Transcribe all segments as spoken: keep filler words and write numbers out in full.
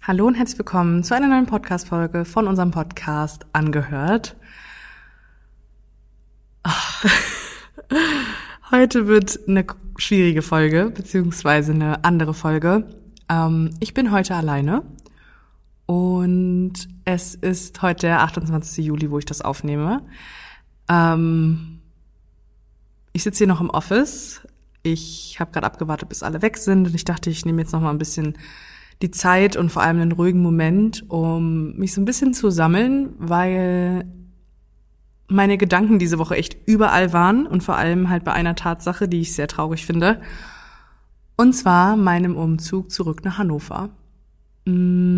Hallo und herzlich willkommen zu einer neuen Podcast-Folge von unserem Podcast Angehört. Heute wird eine schwierige Folge, beziehungsweise eine andere Folge. Ähm, ich bin heute alleine und es ist heute der achtundzwanzigster Juli, wo ich das aufnehme. Ähm, ich sitze hier noch im Office. Ich habe gerade abgewartet, bis alle weg sind und ich dachte, ich nehme jetzt noch mal ein bisschen die Zeit und vor allem einen ruhigen Moment, um mich so ein bisschen zu sammeln, weil meine Gedanken diese Woche echt überall waren und vor allem halt bei einer Tatsache, die ich sehr traurig finde, und zwar meinem Umzug zurück nach Hannover. Ich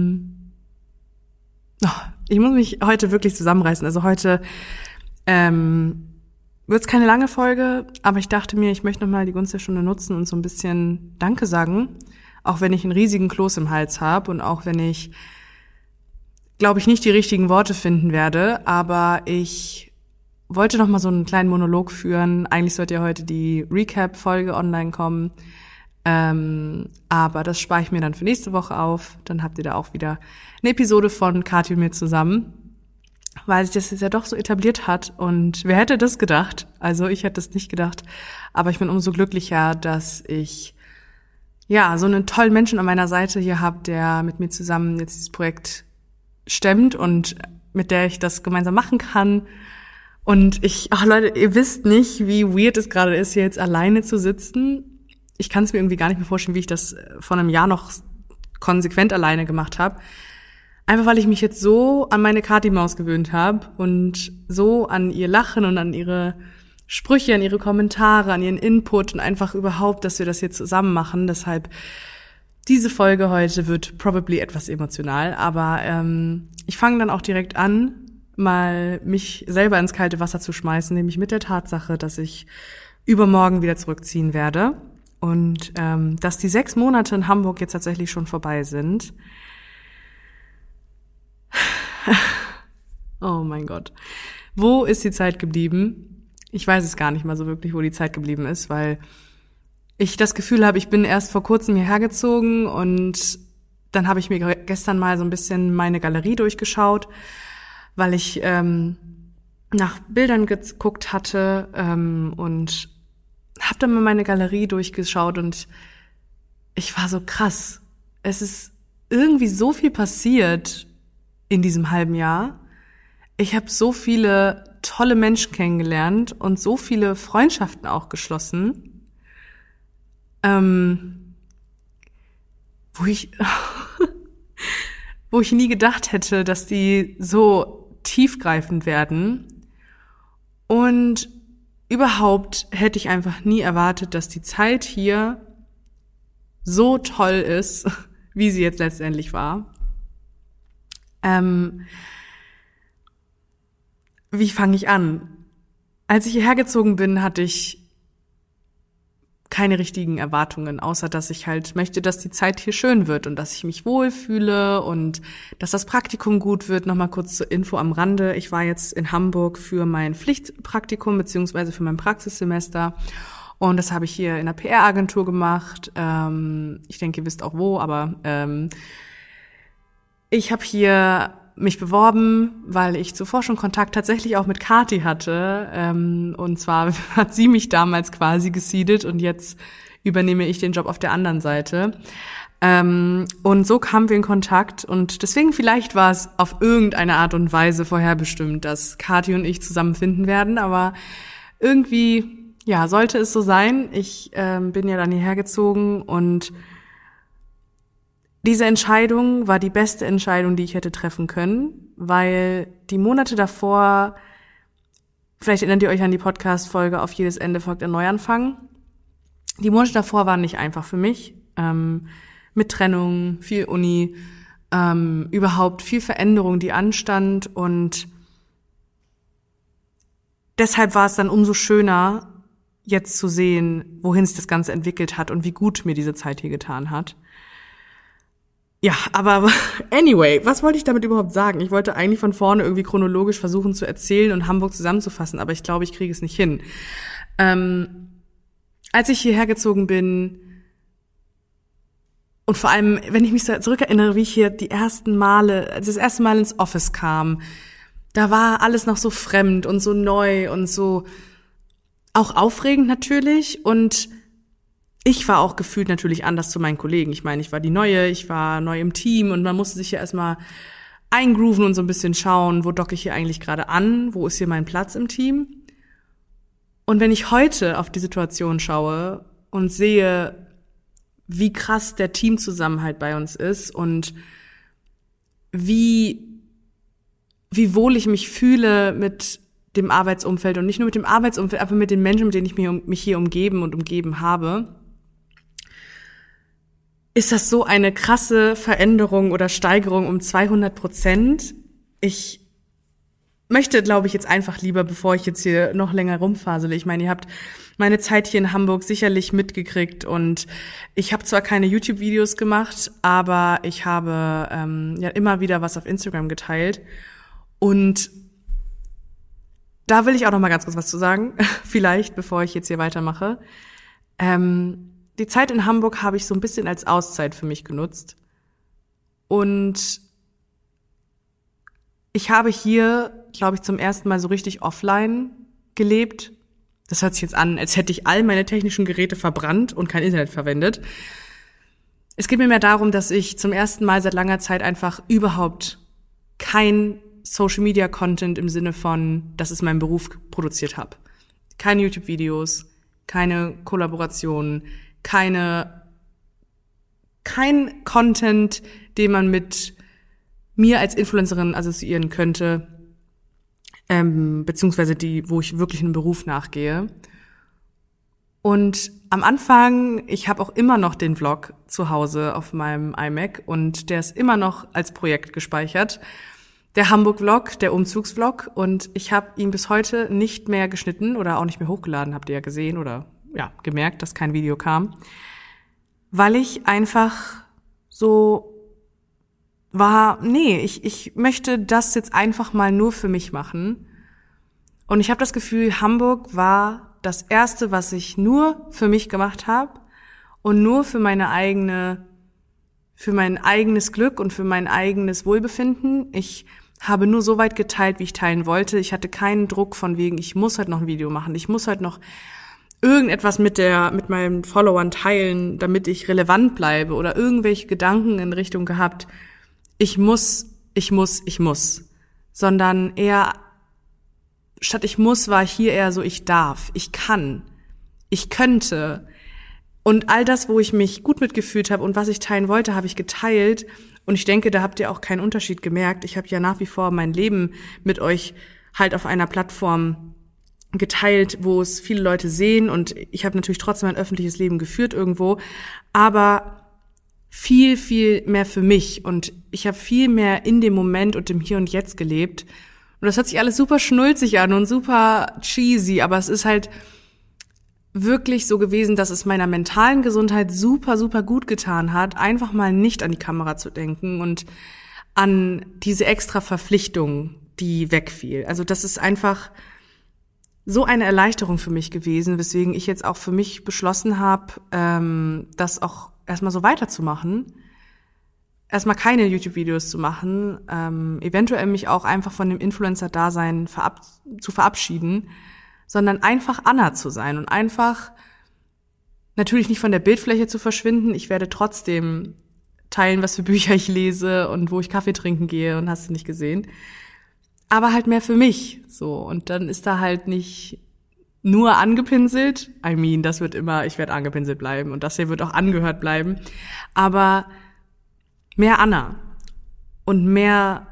muss mich heute wirklich zusammenreißen. Also heute ähm, wird es keine lange Folge, aber ich dachte mir, ich möchte nochmal die Gunst der Stunde nutzen und so ein bisschen Danke sagen, auch wenn ich einen riesigen Kloß im Hals habe und auch wenn ich, glaube ich, nicht die richtigen Worte finden werde, aber ich wollte noch mal so einen kleinen Monolog führen. Eigentlich sollte ja heute die Recap-Folge online kommen, ähm, aber das spare ich mir dann für nächste Woche auf. Dann habt ihr da auch wieder eine Episode von Kathi und mir zusammen, weil sich das jetzt ja doch so etabliert hat. Und wer hätte das gedacht? Also ich hätte es nicht gedacht, aber ich bin umso glücklicher, dass ich ja so einen tollen Menschen an meiner Seite hier habe, der mit mir zusammen jetzt dieses Projekt stemmt und mit der ich das gemeinsam machen kann. Und ich, ach Leute, ihr wisst nicht, wie weird es gerade ist, hier jetzt alleine zu sitzen. Ich kann es mir irgendwie gar nicht mehr vorstellen, wie ich das vor einem Jahr noch konsequent alleine gemacht habe. Einfach weil ich mich jetzt so an meine Kathi-Maus gewöhnt habe und so an ihr Lachen und an ihre Sprüche, an ihre Kommentare, an ihren Input und einfach überhaupt, dass wir das hier zusammen machen. Deshalb, diese Folge heute wird probably etwas emotional, aber ähm, ich fange dann auch direkt an, mal mich selber ins kalte Wasser zu schmeißen, nämlich mit der Tatsache, dass ich übermorgen wieder zurückziehen werde und ähm, dass die sechs Monate in Hamburg jetzt tatsächlich schon vorbei sind. Oh mein Gott. Wo ist die Zeit geblieben? Ich weiß es gar nicht mal so wirklich, wo die Zeit geblieben ist, weil ich das Gefühl habe, ich bin erst vor kurzem hierher gezogen und dann habe ich mir gestern mal so ein bisschen meine Galerie durchgeschaut, weil ich ähm, nach Bildern geguckt hatte ähm, und habe dann mal meine Galerie durchgeschaut und ich war so krass. Es ist irgendwie so viel passiert in diesem halben Jahr. Ich habe so viele tolle Menschen kennengelernt und so viele Freundschaften auch geschlossen, ähm, wo ich wo ich nie gedacht hätte, dass die so tiefgreifend werden. Und überhaupt hätte ich einfach nie erwartet, dass die Zeit hier so toll ist, wie sie jetzt letztendlich war. Ähm, Wie fange ich an? Als ich hierher gezogen bin, hatte ich keine richtigen Erwartungen, außer dass ich halt möchte, dass die Zeit hier schön wird und dass ich mich wohlfühle und dass das Praktikum gut wird. Nochmal kurz zur Info am Rande. Ich war jetzt in Hamburg für mein Pflichtpraktikum beziehungsweise für mein Praxissemester und das habe ich hier in einer P R-Agentur gemacht. Ähm, ich denke, ihr wisst auch wo, aber ähm, ich habe hier mich beworben, weil ich zuvor schon Kontakt tatsächlich auch mit Kathi hatte. Ähm, und zwar hat sie mich damals quasi geseedet und jetzt übernehme ich den Job auf der anderen Seite. Ähm, und so kamen wir in Kontakt und deswegen vielleicht war es auf irgendeine Art und Weise vorherbestimmt, dass Kathi und ich zusammen finden werden, aber irgendwie, ja, sollte es so sein. Ich ähm, bin ja dann hierher gezogen und diese Entscheidung war die beste Entscheidung, die ich hätte treffen können, weil die Monate davor, vielleicht erinnert ihr euch an die Podcast-Folge Auf jedes Ende folgt ein Neuanfang, die Monate davor waren nicht einfach für mich, ähm, mit Trennung, viel Uni, ähm, überhaupt viel Veränderung, die anstand und deshalb war es dann umso schöner, jetzt zu sehen, wohin sich das Ganze entwickelt hat und wie gut mir diese Zeit hier getan hat. Ja, aber anyway, was wollte ich damit überhaupt sagen? Ich wollte eigentlich von vorne irgendwie chronologisch versuchen zu erzählen und Hamburg zusammenzufassen, aber ich glaube, ich kriege es nicht hin. Ähm, als ich hierher gezogen bin Und vor allem, wenn ich mich so zurückerinnere, wie ich hier die ersten Male, als ich das erste Mal ins Office kam, da war alles noch so fremd und so neu und so auch aufregend natürlich. Und ich war auch gefühlt natürlich anders zu meinen Kollegen. Ich meine, ich war die Neue, ich war neu im Team und man musste sich ja erstmal eingrooven und so ein bisschen schauen, wo docke ich hier eigentlich gerade an, wo ist hier mein Platz im Team. Und wenn ich heute auf die Situation schaue und sehe, wie krass der Teamzusammenhalt bei uns ist und wie wie wohl ich mich fühle mit dem Arbeitsumfeld und nicht nur mit dem Arbeitsumfeld, aber mit den Menschen, mit denen ich mich hier umgeben und umgeben habe, ist das so eine krasse Veränderung oder Steigerung um zweihundert Prozent. Ich möchte, glaube ich, jetzt einfach lieber, bevor ich jetzt hier noch länger rumfasele. Ich meine, ihr habt meine Zeit hier in Hamburg sicherlich mitgekriegt und ich habe zwar keine YouTube-Videos gemacht, aber ich habe ähm, ja immer wieder was auf Instagram geteilt. Und da will ich auch noch mal ganz kurz was zu sagen, vielleicht, bevor ich jetzt hier weitermache. Ähm, die Zeit in Hamburg habe ich so ein bisschen als Auszeit für mich genutzt. Und ich habe hier, glaube ich, zum ersten Mal so richtig offline gelebt. Das hört sich jetzt an, als hätte ich all meine technischen Geräte verbrannt und kein Internet verwendet. Es geht mir mehr darum, dass ich zum ersten Mal seit langer Zeit einfach überhaupt kein Social-Media-Content im Sinne von, das ist mein Beruf, produziert habe. Keine YouTube-Videos, keine Kollaborationen, keine, kein Content, den man mit mir als Influencerin assoziieren könnte, ähm, beziehungsweise die, wo ich wirklich einem Beruf nachgehe. Und am Anfang, ich habe auch immer noch den Vlog zu Hause auf meinem iMac und der ist immer noch als Projekt gespeichert. Der Hamburg-Vlog, der Umzugsvlog, und ich habe ihn bis heute nicht mehr geschnitten oder auch nicht mehr hochgeladen, habt ihr ja gesehen oder ja gemerkt, dass kein Video kam, weil ich einfach so war, nee, ich ich möchte das jetzt einfach mal nur für mich machen. Und ich habe das Gefühl, Hamburg war das Erste, was ich nur für mich gemacht habe und nur für meine eigene für mein eigenes Glück und für mein eigenes Wohlbefinden. Ich habe nur so weit geteilt, wie ich teilen wollte. Ich hatte keinen Druck von wegen, ich muss heute noch ein Video machen. Ich muss heute noch irgendetwas mit der mit meinen Followern teilen, damit ich relevant bleibe oder irgendwelche Gedanken in Richtung gehabt, ich muss, ich muss, ich muss. Sondern eher, statt ich muss, war hier eher so, ich darf, ich kann, ich könnte. Und all das, wo ich mich gut mitgefühlt habe und was ich teilen wollte, habe ich geteilt. Und ich denke, da habt ihr auch keinen Unterschied gemerkt. Ich habe ja nach wie vor mein Leben mit euch halt auf einer Plattform geteilt, wo es viele Leute sehen. Und ich habe natürlich trotzdem ein öffentliches Leben geführt irgendwo. Aber viel, viel mehr für mich. Und ich habe viel mehr in dem Moment und im Hier und Jetzt gelebt. Und das hört sich alles super schnulzig an und super cheesy. Aber es ist halt wirklich so gewesen, dass es meiner mentalen Gesundheit super, super gut getan hat, einfach mal nicht an die Kamera zu denken und an diese extra Verpflichtung, die wegfiel. Also das ist einfach so eine Erleichterung für mich gewesen, weswegen ich jetzt auch für mich beschlossen habe, ähm, das auch erstmal so weiterzumachen. Erstmal keine YouTube-Videos zu machen, ähm, eventuell mich auch einfach von dem Influencer-Dasein verab- zu verabschieden, sondern einfach Anna zu sein und einfach natürlich nicht von der Bildfläche zu verschwinden. Ich werde trotzdem teilen, was für Bücher ich lese und wo ich Kaffee trinken gehe und hast du nicht gesehen. Aber halt mehr für mich, so. Und dann ist da halt nicht nur angepinselt. I mean, das wird immer, ich werde angepinselt bleiben und das hier wird auch angehört bleiben. Aber mehr Anna und mehr,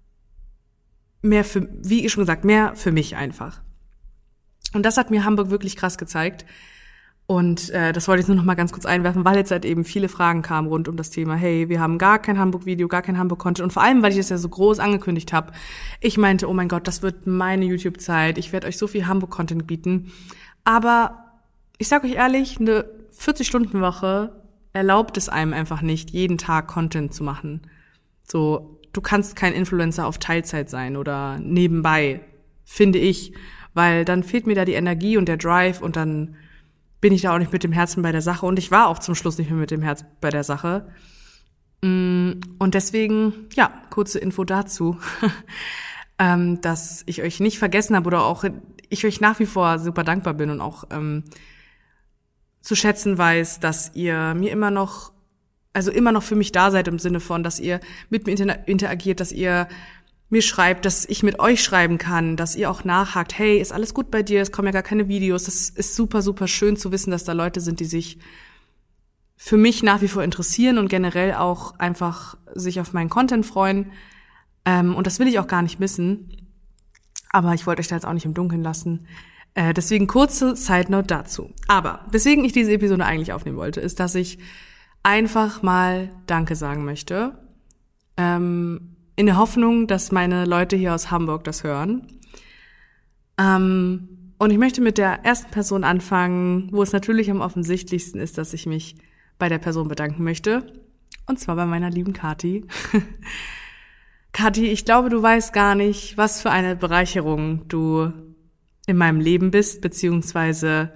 mehr für, wie schon gesagt, mehr für mich einfach. Und das hat mir Hamburg wirklich krass gezeigt. Und äh, das wollte ich nur noch mal ganz kurz einwerfen, weil jetzt halt eben viele Fragen kamen rund um das Thema, hey, wir haben gar kein Hamburg-Video, gar kein Hamburg-Content. Und vor allem, weil ich das ja so groß angekündigt habe. Ich meinte, oh mein Gott, das wird meine YouTube-Zeit. Ich werde euch so viel Hamburg-Content bieten. Aber ich sag euch ehrlich, eine vierzig-Stunden-Woche erlaubt es einem einfach nicht, jeden Tag Content zu machen. So, du kannst kein Influencer auf Teilzeit sein oder nebenbei, finde ich. Weil dann fehlt mir da die Energie und der Drive und dann bin ich da auch nicht mit dem Herzen bei der Sache. Und ich war auch zum Schluss nicht mehr mit dem Herz bei der Sache. Und deswegen, ja, kurze Info dazu, ähm, dass ich euch nicht vergessen habe oder auch ich euch nach wie vor super dankbar bin und auch ähm, zu schätzen weiß, dass ihr mir immer noch, also immer noch für mich da seid im Sinne von, dass ihr mit mir inter- interagiert, dass ihr mir schreibt, dass ich mit euch schreiben kann, dass ihr auch nachhakt, hey, ist alles gut bei dir, es kommen ja gar keine Videos. Das ist super, super schön zu wissen, dass da Leute sind, die sich für mich nach wie vor interessieren und generell auch einfach sich auf meinen Content freuen. Ähm, und das will ich auch gar nicht missen. Aber ich wollte euch da jetzt auch nicht im Dunkeln lassen. Äh, deswegen kurze Side Note dazu. Aber weswegen ich diese Episode eigentlich aufnehmen wollte, ist, dass ich einfach mal Danke sagen möchte. Ähm, in der Hoffnung, dass meine Leute hier aus Hamburg das hören. Ähm, und ich möchte mit der ersten Person anfangen, wo es natürlich am offensichtlichsten ist, dass ich mich bei der Person bedanken möchte. Und zwar bei meiner lieben Kathi. Kathi, ich glaube, du weißt gar nicht, was für eine Bereicherung du in meinem Leben bist, beziehungsweise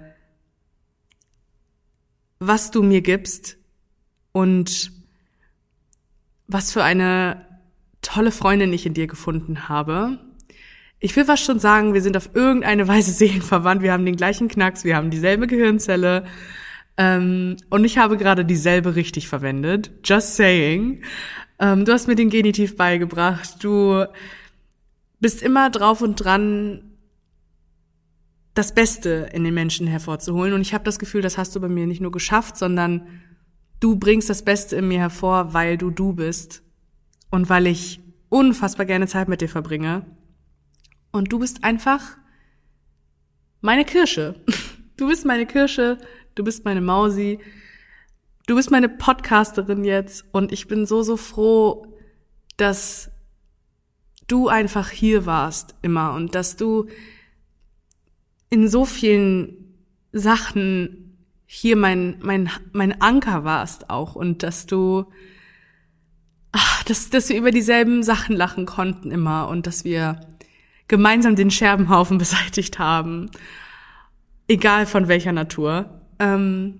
was du mir gibst und was für eine tolle Freundin ich in dir gefunden habe. Ich will fast schon sagen, wir sind auf irgendeine Weise seelenverwandt. Wir haben den gleichen Knacks, wir haben dieselbe Gehirnzelle. Ähm, und ich habe gerade dieselbe richtig verwendet. Just saying. Ähm, du hast mir den Genitiv beigebracht. Du bist immer drauf und dran, das Beste in den Menschen hervorzuholen. Und ich habe das Gefühl, das hast du bei mir nicht nur geschafft, sondern du bringst das Beste in mir hervor, weil du du bist. Und weil ich unfassbar gerne Zeit mit dir verbringe. Und du bist einfach meine Kirsche. Du bist meine Kirsche. Du bist meine Mausi, du bist meine Podcasterin jetzt und ich bin so, so froh, dass du einfach hier warst immer und dass du in so vielen Sachen hier mein, mein, mein Anker warst auch und dass du, ach, dass, dass wir über dieselben Sachen lachen konnten immer und dass wir gemeinsam den Scherbenhaufen beseitigt haben, egal von welcher Natur. Ähm,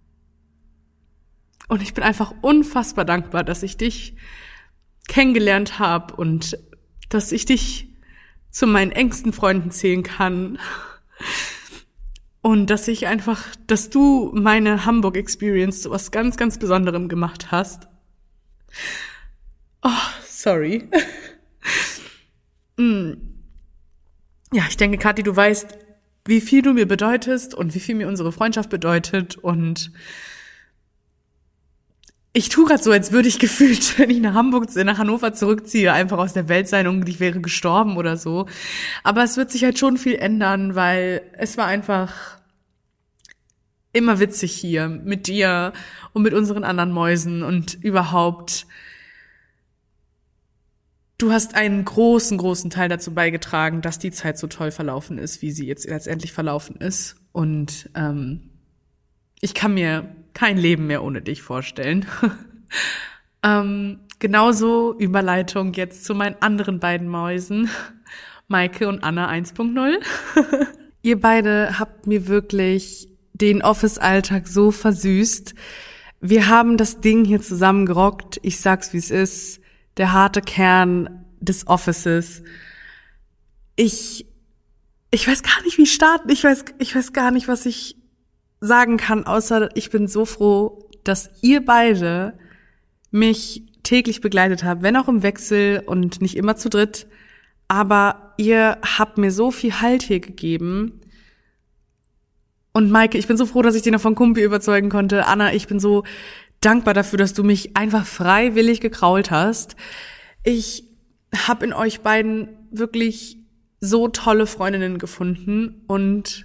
und ich bin einfach unfassbar dankbar, dass ich dich kennengelernt habe und dass ich dich zu meinen engsten Freunden zählen kann. Und dass ich einfach, dass du meine Hamburg-Experience zu was ganz, ganz Besonderem gemacht hast. Oh, sorry. mm. Ja, ich denke, Kathi, du weißt, wie viel du mir bedeutest und wie viel mir unsere Freundschaft bedeutet. Und ich tue gerade so, als würde ich gefühlt, wenn ich nach Hamburg, nach Hannover zurückziehe, einfach aus der Welt sein und ich wäre gestorben oder so. Aber es wird sich halt schon viel ändern, weil es war einfach immer witzig hier mit dir und mit unseren anderen Mäusen und überhaupt. Du hast einen großen, großen Teil dazu beigetragen, dass die Zeit so toll verlaufen ist, wie sie jetzt letztendlich verlaufen ist. Und ähm, ich kann mir kein Leben mehr ohne dich vorstellen. ähm, genauso Überleitung jetzt zu meinen anderen beiden Mäusen, Maike und Anna eins Punkt null. Ihr beide habt mir wirklich den Office-Alltag so versüßt. Wir haben das Ding hier zusammen gerockt. Ich sag's, wie es ist. Der harte Kern des Offices. Ich, ich weiß gar nicht, wie starten. Ich weiß, ich weiß gar nicht, was ich sagen kann, außer ich bin so froh, dass ihr beide mich täglich begleitet habt, wenn auch im Wechsel und nicht immer zu dritt. Aber ihr habt mir so viel Halt hier gegeben. Und Maike, ich bin so froh, dass ich dich noch von Kumpi überzeugen konnte. Anna, ich bin so dankbar dafür, dass du mich einfach freiwillig gekrault hast. Ich habe in euch beiden wirklich so tolle Freundinnen gefunden und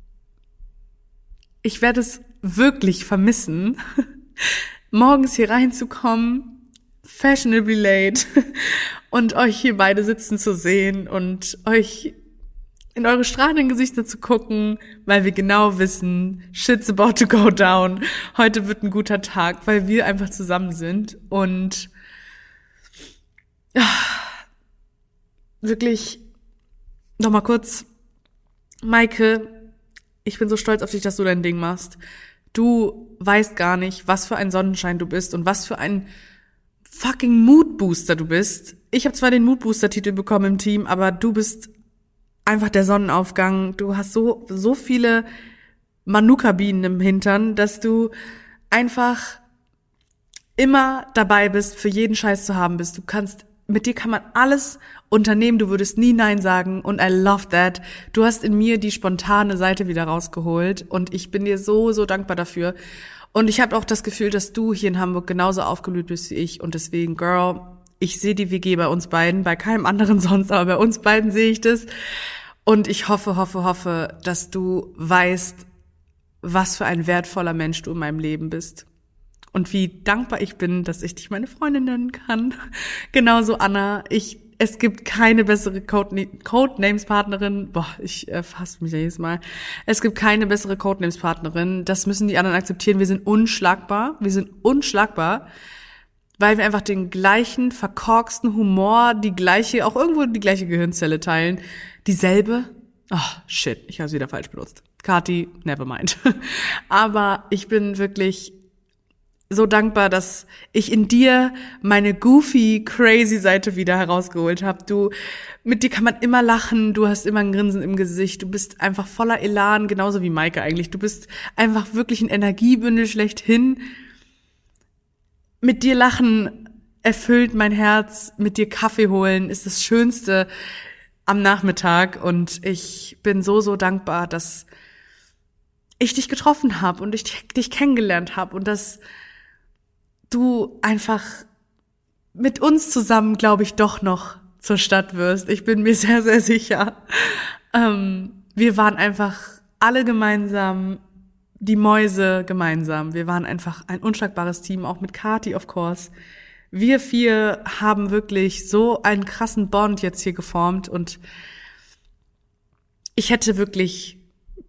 ich werde es wirklich vermissen, morgens hier reinzukommen, fashionably late und euch hier beide sitzen zu sehen und euch in eure strahlenden Gesichter zu gucken, weil wir genau wissen, shit's about to go down. Heute wird ein guter Tag, weil wir einfach zusammen sind und ja, wirklich noch mal kurz, Maike, ich bin so stolz auf dich, dass du dein Ding machst. Du weißt gar nicht, was für ein Sonnenschein du bist und was für ein fucking Moodbooster du bist. Ich habe zwar den Moodbooster-Titel bekommen im Team, aber du bist einfach der Sonnenaufgang. Du hast so so viele Manuka-Bienen im Hintern, dass du einfach immer dabei bist, für jeden Scheiß zu haben bist. Du kannst, mit dir kann man alles unternehmen, du würdest nie Nein sagen und I love that. Du hast in mir die spontane Seite wieder rausgeholt und ich bin dir so, so dankbar dafür. Und ich habe auch das Gefühl, dass du hier in Hamburg genauso aufgeblüht bist wie ich und deswegen, Girl, ich sehe die W G bei uns beiden, bei keinem anderen sonst, aber bei uns beiden sehe ich das und ich hoffe, hoffe, hoffe, dass du weißt, was für ein wertvoller Mensch du in meinem Leben bist. Und wie dankbar ich bin, dass ich dich meine Freundin nennen kann. Genauso Anna. Ich, es gibt keine bessere Codenames-Partnerin. Boah, ich äh, fasse mich ja jedes Mal. Es gibt keine bessere Codenames-Partnerin. Das müssen die anderen akzeptieren. Wir sind unschlagbar. Wir sind unschlagbar, weil wir einfach den gleichen verkorksten Humor, die gleiche, auch irgendwo die gleiche Gehirnzelle teilen. Dieselbe. Oh, shit, ich habe es wieder falsch benutzt. Kati, never mind. Aber ich bin wirklich so dankbar, dass ich in dir meine goofy, crazy Seite wieder herausgeholt habe. Du, mit dir kann man immer lachen, du hast immer ein Grinsen im Gesicht, du bist einfach voller Elan, genauso wie Maike eigentlich. Du bist einfach wirklich ein Energiebündel schlechthin. Mit dir lachen erfüllt mein Herz, mit dir Kaffee holen ist das Schönste am Nachmittag und ich bin so, so dankbar, dass ich dich getroffen habe und ich dich kennengelernt habe und dass du einfach mit uns zusammen, glaube ich, doch noch zur Stadt wirst. Ich bin mir sehr, sehr sicher. Ähm, wir waren einfach alle gemeinsam, die Mäuse gemeinsam. Wir waren einfach ein unschlagbares Team, auch mit Kati, of course. Wir vier haben wirklich so einen krassen Bond jetzt hier geformt und ich hätte wirklich,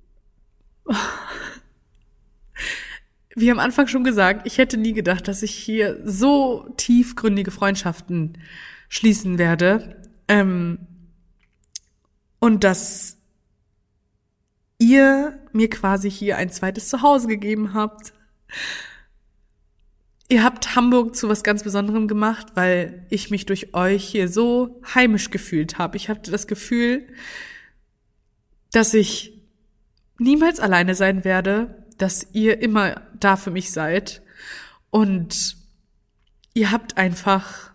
wie am Anfang schon gesagt, ich hätte nie gedacht, dass ich hier so tiefgründige Freundschaften schließen werde. Ähm, und dass ihr mir quasi hier ein zweites Zuhause gegeben habt. Ihr habt Hamburg zu was ganz Besonderem gemacht, weil ich mich durch euch hier so heimisch gefühlt habe. Ich hatte das Gefühl, dass ich niemals alleine sein werde, dass ihr immer da für mich seid. Und ihr habt einfach,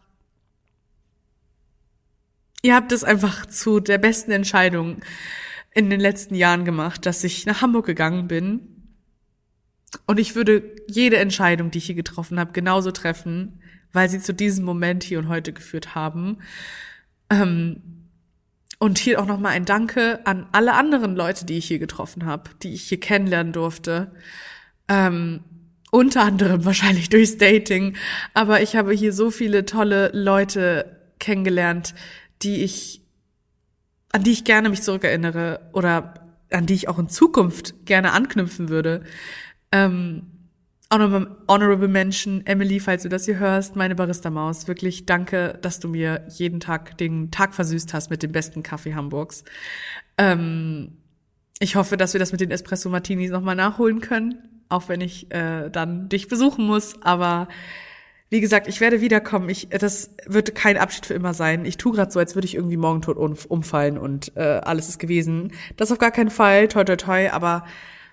ihr habt es einfach zu der besten Entscheidung in den letzten Jahren gemacht, dass ich nach Hamburg gegangen bin. Und ich würde jede Entscheidung, die ich hier getroffen habe, genauso treffen, weil sie zu diesem Moment hier und heute geführt haben. Ähm, und hier auch nochmal ein Danke an alle anderen Leute, die ich hier getroffen habe, die ich hier kennenlernen durfte. Ähm, unter anderem wahrscheinlich durchs Dating. Aber ich habe hier so viele tolle Leute kennengelernt, die ich, an die ich gerne mich zurückerinnere oder an die ich auch in Zukunft gerne anknüpfen würde. Ähm, honorable, honorable Mention, Emily, falls du das hier hörst, meine Barista-Maus, wirklich danke, dass du mir jeden Tag den Tag versüßt hast mit dem besten Kaffee Hamburgs. Ähm, ich hoffe, dass wir das mit den Espresso-Martinis nochmal nachholen können, auch wenn ich äh, dann dich besuchen muss, aber wie gesagt, ich werde wiederkommen. Ich, das wird kein Abschied für immer sein. Ich tue gerade so, als würde ich irgendwie morgen tot umfallen und äh, alles ist gewesen. Das auf gar keinen Fall, toi toi toi, aber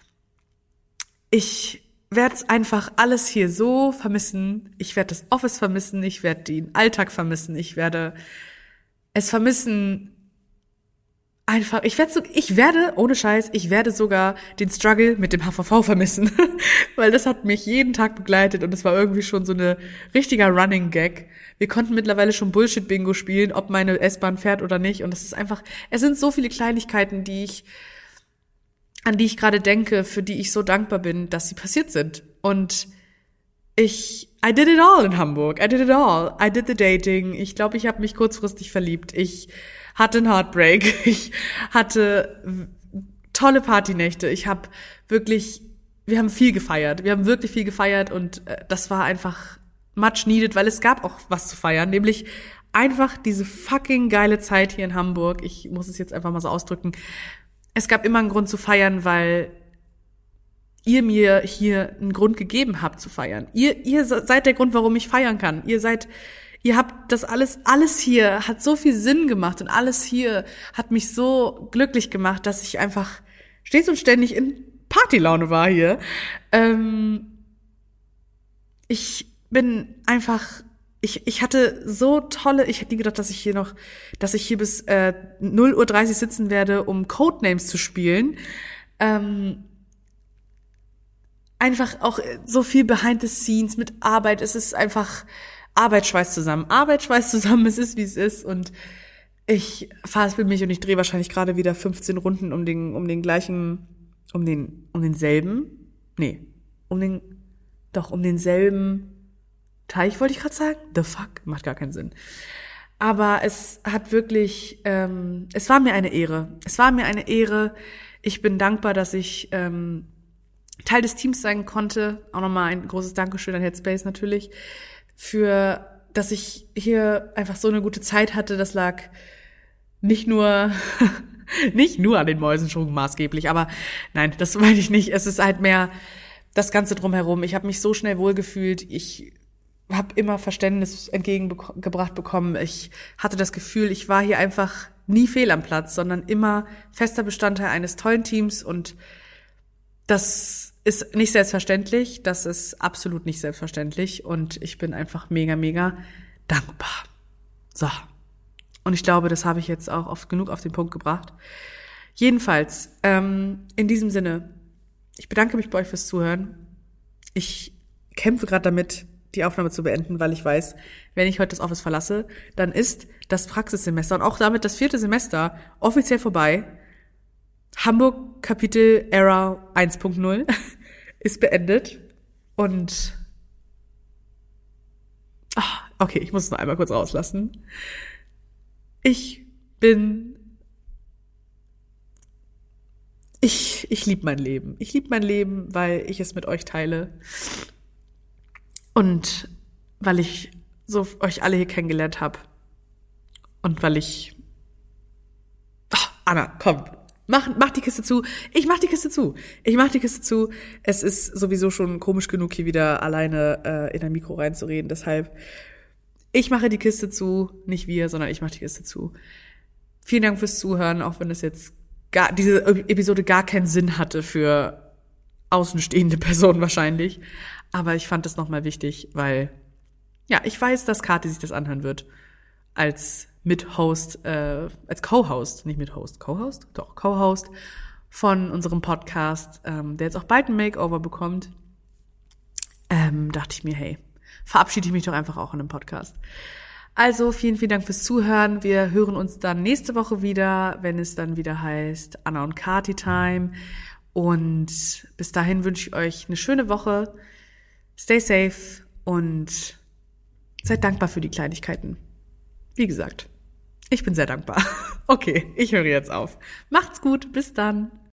ich werde es einfach alles hier so vermissen. Ich werde das Office vermissen, ich werde den Alltag vermissen, ich werde es vermissen. Einfach, ich werde so, ich werde, ohne Scheiß, ich werde sogar den Struggle mit dem H V V vermissen, weil das hat mich jeden Tag begleitet und es war irgendwie schon so eine richtiger Running Gag. Wir konnten mittlerweile schon Bullshit-Bingo spielen, ob meine S-Bahn fährt oder nicht und es ist einfach, es sind so viele Kleinigkeiten, die ich, an die ich gerade denke, für die ich so dankbar bin, dass sie passiert sind. Und ich, I did it all in Hamburg, I did it all, I did the dating, ich glaube, ich habe mich kurzfristig verliebt, ich hatte einen Heartbreak, ich hatte tolle Partynächte, ich habe wirklich, wir haben viel gefeiert, wir haben wirklich viel gefeiert und äh, das war einfach much needed, weil es gab auch was zu feiern, nämlich einfach diese fucking geile Zeit hier in Hamburg, ich muss es jetzt einfach mal so ausdrücken, es gab immer einen Grund zu feiern, weil ihr mir hier einen Grund gegeben habt zu feiern. Ihr, ihr seid der Grund, warum ich feiern kann. Ihr seid, ihr habt das alles, alles hier hat so viel Sinn gemacht und alles hier hat mich so glücklich gemacht, dass ich einfach stets und ständig in Partylaune war hier. Ähm, ich bin einfach, ich, ich hatte so tolle, ich hätte nie gedacht, dass ich hier noch, dass ich hier bis äh, null Uhr dreißig sitzen werde, um Codenames zu spielen. Ähm, Einfach auch so viel behind the scenes mit Arbeit. Es ist einfach Arbeit schweißt zusammen. Arbeit schweißt zusammen, es ist, wie es ist. Und ich verhaspel mich und ich drehe wahrscheinlich gerade wieder fünfzehn Runden um den, um den gleichen, um den, um denselben, nee, um den, doch, um denselben Teich, wollte ich gerade sagen. The fuck? Macht gar keinen Sinn. Aber es hat wirklich, ähm, es war mir eine Ehre. Es war mir eine Ehre. Ich bin dankbar, dass ich ähm, Teil des Teams sein konnte. Auch nochmal ein großes Dankeschön an Headspace natürlich, für, dass ich hier einfach so eine gute Zeit hatte. Das lag nicht nur, nicht nur an den Mäusen schon maßgeblich, aber nein, das meine ich nicht. Es ist halt mehr das Ganze drumherum. Ich habe mich so schnell wohlgefühlt. Ich habe immer Verständnis entgegengebracht bekommen. Ich hatte das Gefühl, ich war hier einfach nie fehl am Platz, sondern immer fester Bestandteil eines tollen Teams und das ist nicht selbstverständlich, das ist absolut nicht selbstverständlich und ich bin einfach mega, mega dankbar. So. Und ich glaube, das habe ich jetzt auch oft genug auf den Punkt gebracht. Jedenfalls, ähm, in diesem Sinne, ich bedanke mich bei euch fürs Zuhören. Ich kämpfe gerade damit, die Aufnahme zu beenden, weil ich weiß, wenn ich heute das Office verlasse, dann ist das Praxissemester und auch damit das vierte Semester offiziell vorbei. Hamburg Kapitel Era eins Punkt null ist beendet und ach, okay, ich muss es noch einmal kurz rauslassen. Ich bin ich ich liebe mein Leben. Ich liebe mein Leben, weil ich es mit euch teile und weil ich so euch alle hier kennengelernt habe und weil ich ach, Anna, komm. Mach, mach die Kiste zu. Ich mach die Kiste zu. Ich mach die Kiste zu. Es ist sowieso schon komisch genug, hier wieder alleine äh, in ein Mikro reinzureden. Deshalb, ich mache die Kiste zu. Nicht wir, sondern ich mache die Kiste zu. Vielen Dank fürs Zuhören, auch wenn es jetzt gar, diese Episode gar keinen Sinn hatte für außenstehende Personen wahrscheinlich. Aber ich fand es nochmal wichtig, weil, ja, ich weiß, dass Kathi sich das anhören wird. Als Mit-Host, äh, als Co-Host, nicht Mit-Host, Co-Host? Doch, Co-Host von unserem Podcast, ähm, der jetzt auch bald ein Makeover bekommt, ähm, dachte ich mir, hey, verabschiede ich mich doch einfach auch in einem Podcast. Also, vielen, vielen Dank fürs Zuhören. Wir hören uns dann nächste Woche wieder, wenn es dann wieder heißt Anna und Kathi Time. Und bis dahin wünsche ich euch eine schöne Woche. Stay safe und seid dankbar für die Kleinigkeiten. Wie gesagt, ich bin sehr dankbar. Okay, ich höre jetzt auf. Macht's gut, bis dann.